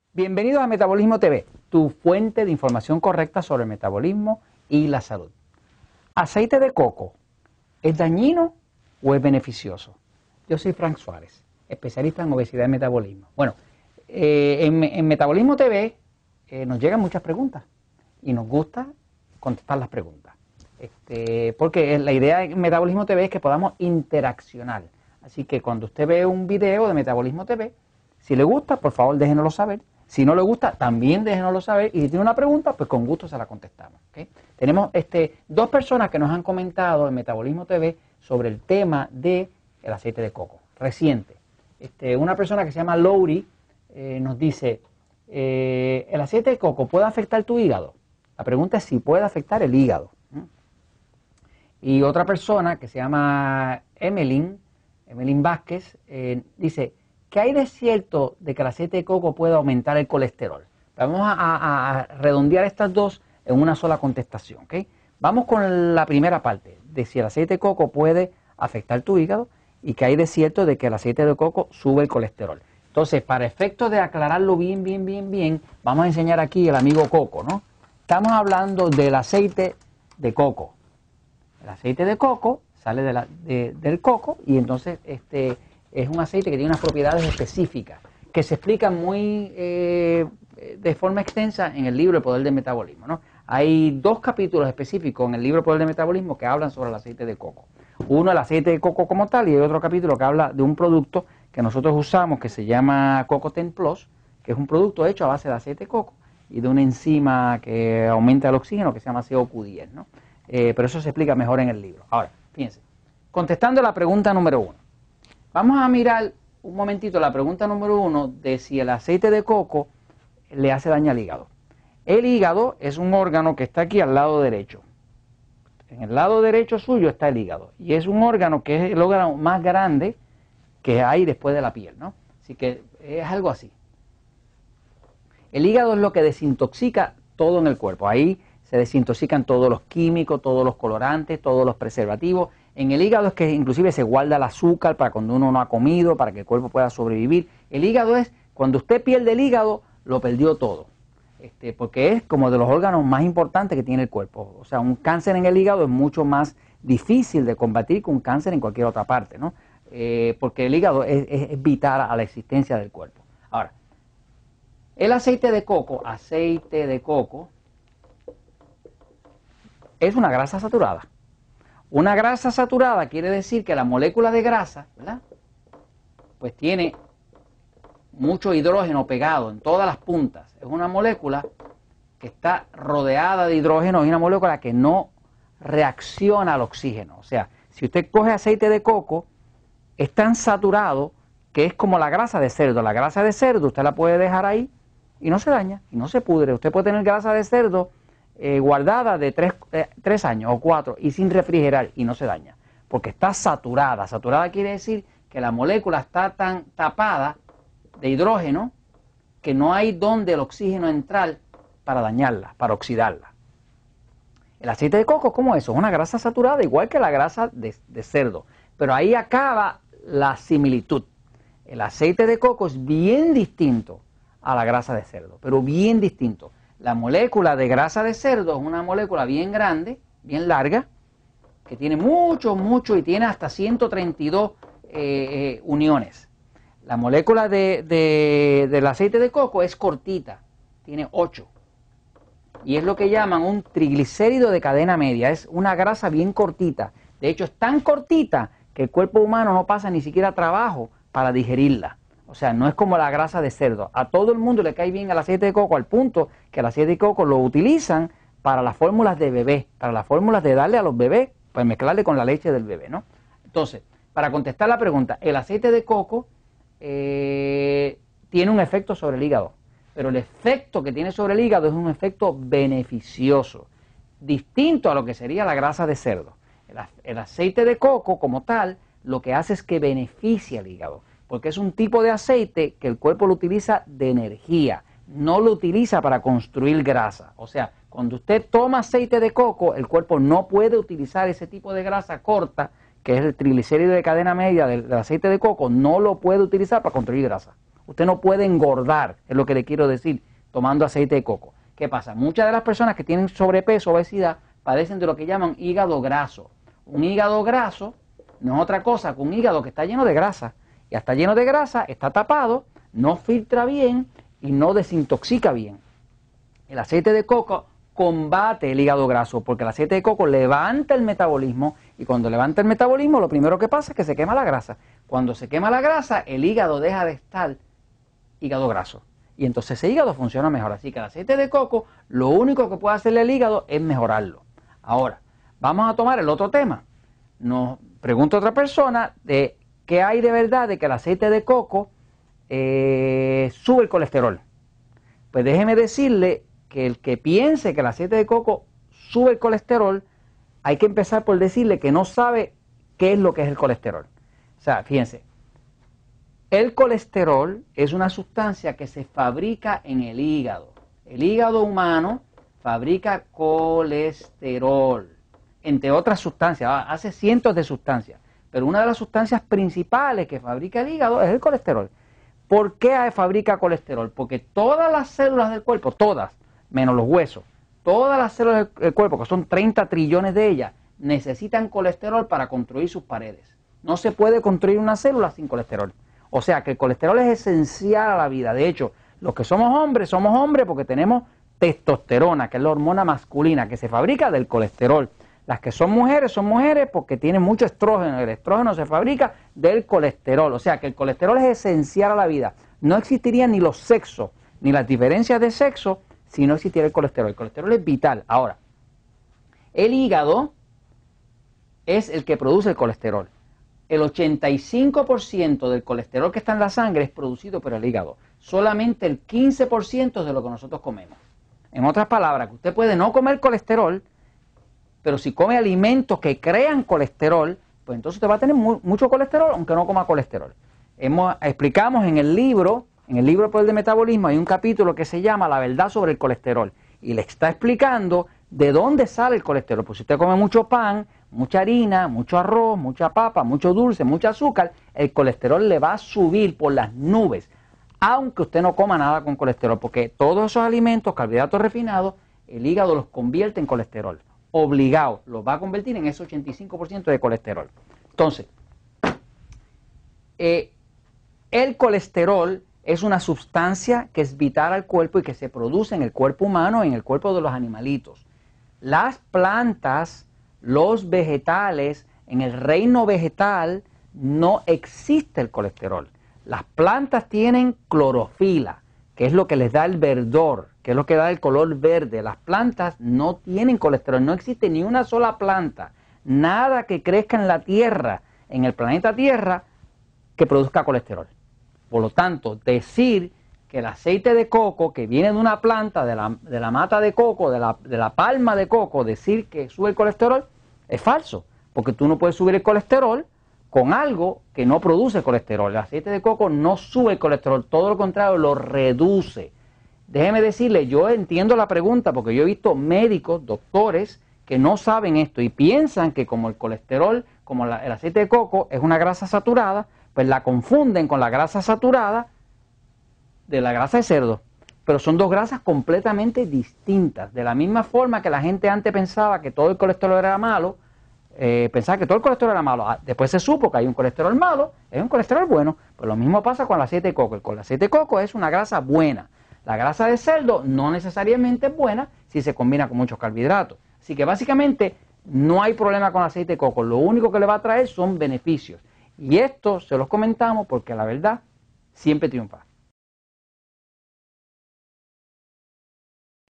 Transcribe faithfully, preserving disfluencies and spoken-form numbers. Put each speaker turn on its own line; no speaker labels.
Bienvenidos a Metabolismo T V, tu fuente de información correcta sobre el metabolismo y la salud. ¿Aceite de coco es dañino o es beneficioso? Yo soy Frank Suárez, especialista en obesidad y metabolismo. Bueno, eh, en, en Metabolismo T V eh, nos llegan muchas preguntas y nos gusta contestar las preguntas. Este, porque la idea de Metabolismo T V es que podamos interaccionar. Así que cuando usted ve un video de Metabolismo T V, si le gusta, por favor déjenoslo saber. Si no le gusta, también déjenoslo saber. Y si tiene una pregunta, pues con gusto se la contestamos. ¿Okay? Tenemos este, dos personas que nos han comentado en Metabolismo T V sobre el tema del aceite de coco, reciente. Este, una persona que se llama Lowry eh, nos dice, eh, ¿el aceite de coco puede afectar tu hígado? La pregunta es si puede afectar el hígado. ¿Mm? Y otra persona que se llama Emelín, Emelín Vázquez, eh, dice, ¿qué hay de cierto de que el aceite de coco puede aumentar el colesterol? Vamos a, a, a redondear estas dos en una sola contestación. ¿Okay? Vamos con la primera parte, de si el aceite de coco puede afectar tu hígado y qué hay de cierto de que el aceite de coco sube el colesterol. Entonces, para efectos de aclararlo bien, bien, bien, bien, vamos a enseñar aquí el amigo coco, ¿no? Estamos hablando del aceite de coco. El aceite de coco sale de la, de, del coco y entonces este... es un aceite que tiene unas propiedades específicas que se explican muy eh, de forma extensa en el libro El Poder del Metabolismo, ¿no? Hay dos capítulos específicos en el libro El Poder del Metabolismo que hablan sobre el aceite de coco. Uno, el aceite de coco como tal, y hay otro capítulo que habla de un producto que nosotros usamos que se llama CocoTen Plus, que es un producto hecho a base de aceite de coco y de una enzima que aumenta el oxígeno que se llama C O Q diez, ¿no? Eh, pero eso se explica mejor en el libro. Ahora, fíjense, contestando la pregunta número uno. Vamos a mirar un momentito la pregunta número uno de si el aceite de coco le hace daño al hígado. El hígado es un órgano que está aquí al lado derecho. En el lado derecho suyo está el hígado. Y es un órgano que es el órgano más grande que hay después de la piel, ¿no? Así que es algo así. El hígado es lo que desintoxica todo en el cuerpo. Ahí se desintoxican todos los químicos, todos los colorantes, todos los preservativos. En el hígado es que inclusive se guarda el azúcar para cuando uno no ha comido, para que el cuerpo pueda sobrevivir. El hígado es, cuando usted pierde el hígado, lo perdió todo. Este, porque es como de los órganos más importantes que tiene el cuerpo. O sea, un cáncer en el hígado es mucho más difícil de combatir que un cáncer en cualquier otra parte, ¿no? Eh, porque el hígado es, es, es vital a la existencia del cuerpo. Ahora, el aceite de coco, aceite de coco, es una grasa saturada. Una grasa saturada quiere decir que la molécula de grasa, ¿verdad? Pues tiene mucho hidrógeno pegado en todas las puntas. Es una molécula que está rodeada de hidrógeno y una molécula que no reacciona al oxígeno. O sea, si usted coge aceite de coco, es tan saturado que es como la grasa de cerdo. La grasa de cerdo usted la puede dejar ahí y no se daña y no se pudre. Usted puede tener grasa de cerdo Eh, guardada de tres, eh, tres años o cuatro y sin refrigerar y no se daña, porque está saturada. Saturada quiere decir que la molécula está tan tapada de hidrógeno que no hay donde el oxígeno entrar para dañarla, para oxidarla. El aceite de coco, ¿cómo es eso? Es una grasa saturada igual que la grasa de, de cerdo, pero ahí acaba la similitud. El aceite de coco es bien distinto a la grasa de cerdo, pero bien distinto. La molécula de grasa de cerdo es una molécula bien grande, bien larga, que tiene mucho, mucho y tiene hasta ciento treinta y dos eh, eh, uniones. La molécula de, de, del aceite de coco es cortita, tiene ocho. Y es lo que llaman un triglicérido de cadena media, es una grasa bien cortita. De hecho, es tan cortita que el cuerpo humano no pasa ni siquiera trabajo para digerirla. O sea, no es como la grasa de cerdo. A todo el mundo le cae bien el aceite de coco al punto que el aceite de coco lo utilizan para las fórmulas de bebé, para las fórmulas de darle a los bebés, para mezclarle con la leche del bebé, ¿no? Entonces, para contestar la pregunta, el aceite de coco eh, tiene un efecto sobre el hígado, pero el efecto que tiene sobre el hígado es un efecto beneficioso, distinto a lo que sería la grasa de cerdo. El, el aceite de coco como tal lo que hace es que beneficia al hígado, porque es un tipo de aceite que el cuerpo lo utiliza de energía, no lo utiliza para construir grasa. O sea, cuando usted toma aceite de coco, el cuerpo no puede utilizar ese tipo de grasa corta, que es el triglicérido de cadena media del, del aceite de coco, no lo puede utilizar para construir grasa. Usted no puede engordar, es lo que le quiero decir, tomando aceite de coco. ¿Qué pasa? Muchas de las personas que tienen sobrepeso, obesidad, padecen de lo que llaman hígado graso. Un hígado graso no es otra cosa que un hígado que está lleno de grasa. Ya está lleno de grasa, está tapado, no filtra bien y no desintoxica bien. El aceite de coco combate el hígado graso porque el aceite de coco levanta el metabolismo y cuando levanta el metabolismo lo primero que pasa es que se quema la grasa. Cuando se quema la grasa el hígado deja de estar hígado graso y entonces ese hígado funciona mejor. Así que el aceite de coco lo único que puede hacerle al hígado es mejorarlo. Ahora, vamos a tomar el otro tema. Nos pregunta otra persona de qué hay de verdad de que el aceite de coco eh, sube el colesterol. Pues déjeme decirle que el que piense que el aceite de coco sube el colesterol, hay que empezar por decirle que no sabe qué es lo que es el colesterol. O sea, fíjense, el colesterol es una sustancia que se fabrica en el hígado. El hígado humano fabrica colesterol, entre otras sustancias, hace cientos de sustancias, pero una de las sustancias principales que fabrica el hígado es el colesterol. ¿Por qué fabrica colesterol? Porque todas las células del cuerpo, todas, menos los huesos, todas las células del cuerpo, que son treinta trillones de ellas, necesitan colesterol para construir sus paredes. No se puede construir una célula sin colesterol. O sea que el colesterol es esencial a la vida. De hecho, los que somos hombres, somos hombres porque tenemos testosterona, que es la hormona masculina que se fabrica del colesterol. Las que son mujeres, son mujeres porque tienen mucho estrógeno. El estrógeno se fabrica del colesterol. O sea que el colesterol es esencial a la vida. No existirían ni los sexos, ni las diferencias de sexo si no existiera el colesterol. El colesterol es vital. Ahora, el hígado es el que produce el colesterol. El ochenta y cinco por ciento del colesterol que está en la sangre es producido por el hígado. Solamente el quince por ciento es de lo que nosotros comemos. En otras palabras, que usted puede no comer colesterol, pero si come alimentos que crean colesterol, pues entonces usted va a tener mu mucho colesterol aunque no coma colesterol. Hemos, explicamos en el libro, en el libro Poder del Metabolismo, hay un capítulo que se llama La verdad sobre el colesterol. Y le está explicando de dónde sale el colesterol. Pues si usted come mucho pan, mucha harina, mucho arroz, mucha papa, mucho dulce, mucho azúcar, el colesterol le va a subir por las nubes, aunque usted no coma nada con colesterol, porque todos esos alimentos, carbohidratos refinados, el hígado los convierte en colesterol. Obligado, los va a convertir en ese ochenta y cinco por ciento de colesterol. Entonces, eh, el colesterol es una sustancia que es vital al cuerpo y que se produce en el cuerpo humano y en el cuerpo de los animalitos. Las plantas, los vegetales, en el reino vegetal no existe el colesterol. Las plantas tienen clorofila, que es lo que les da el verdor, que es lo que da el color verde. Las plantas no tienen colesterol, no existe ni una sola planta, nada que crezca en la Tierra, en el planeta Tierra, que produzca colesterol. Por lo tanto, decir que el aceite de coco, que viene de una planta, de la, de la mata de coco, de la, de la palma de coco, decir que sube el colesterol, es falso, porque tú no puedes subir el colesterol con algo que no produce colesterol. El aceite de coco no sube el colesterol, todo lo contrario, lo reduce. Déjeme decirle, yo entiendo la pregunta porque yo he visto médicos, doctores, que no saben esto y piensan que como el colesterol, como la, el aceite de coco es una grasa saturada, pues la confunden con la grasa saturada de la grasa de cerdo. Pero son dos grasas completamente distintas. De la misma forma que la gente antes pensaba que todo el colesterol era malo, eh, pensaba que todo el colesterol era malo. Después se supo que hay un colesterol malo, es un colesterol bueno. Pues lo mismo pasa con el aceite de coco. El aceite de coco es una grasa buena. La grasa de cerdo no necesariamente es buena si se combina con muchos carbohidratos. Así que básicamente no hay problema con el aceite de coco. Lo único que le va a traer son beneficios. Y esto se los comentamos porque la verdad siempre triunfa.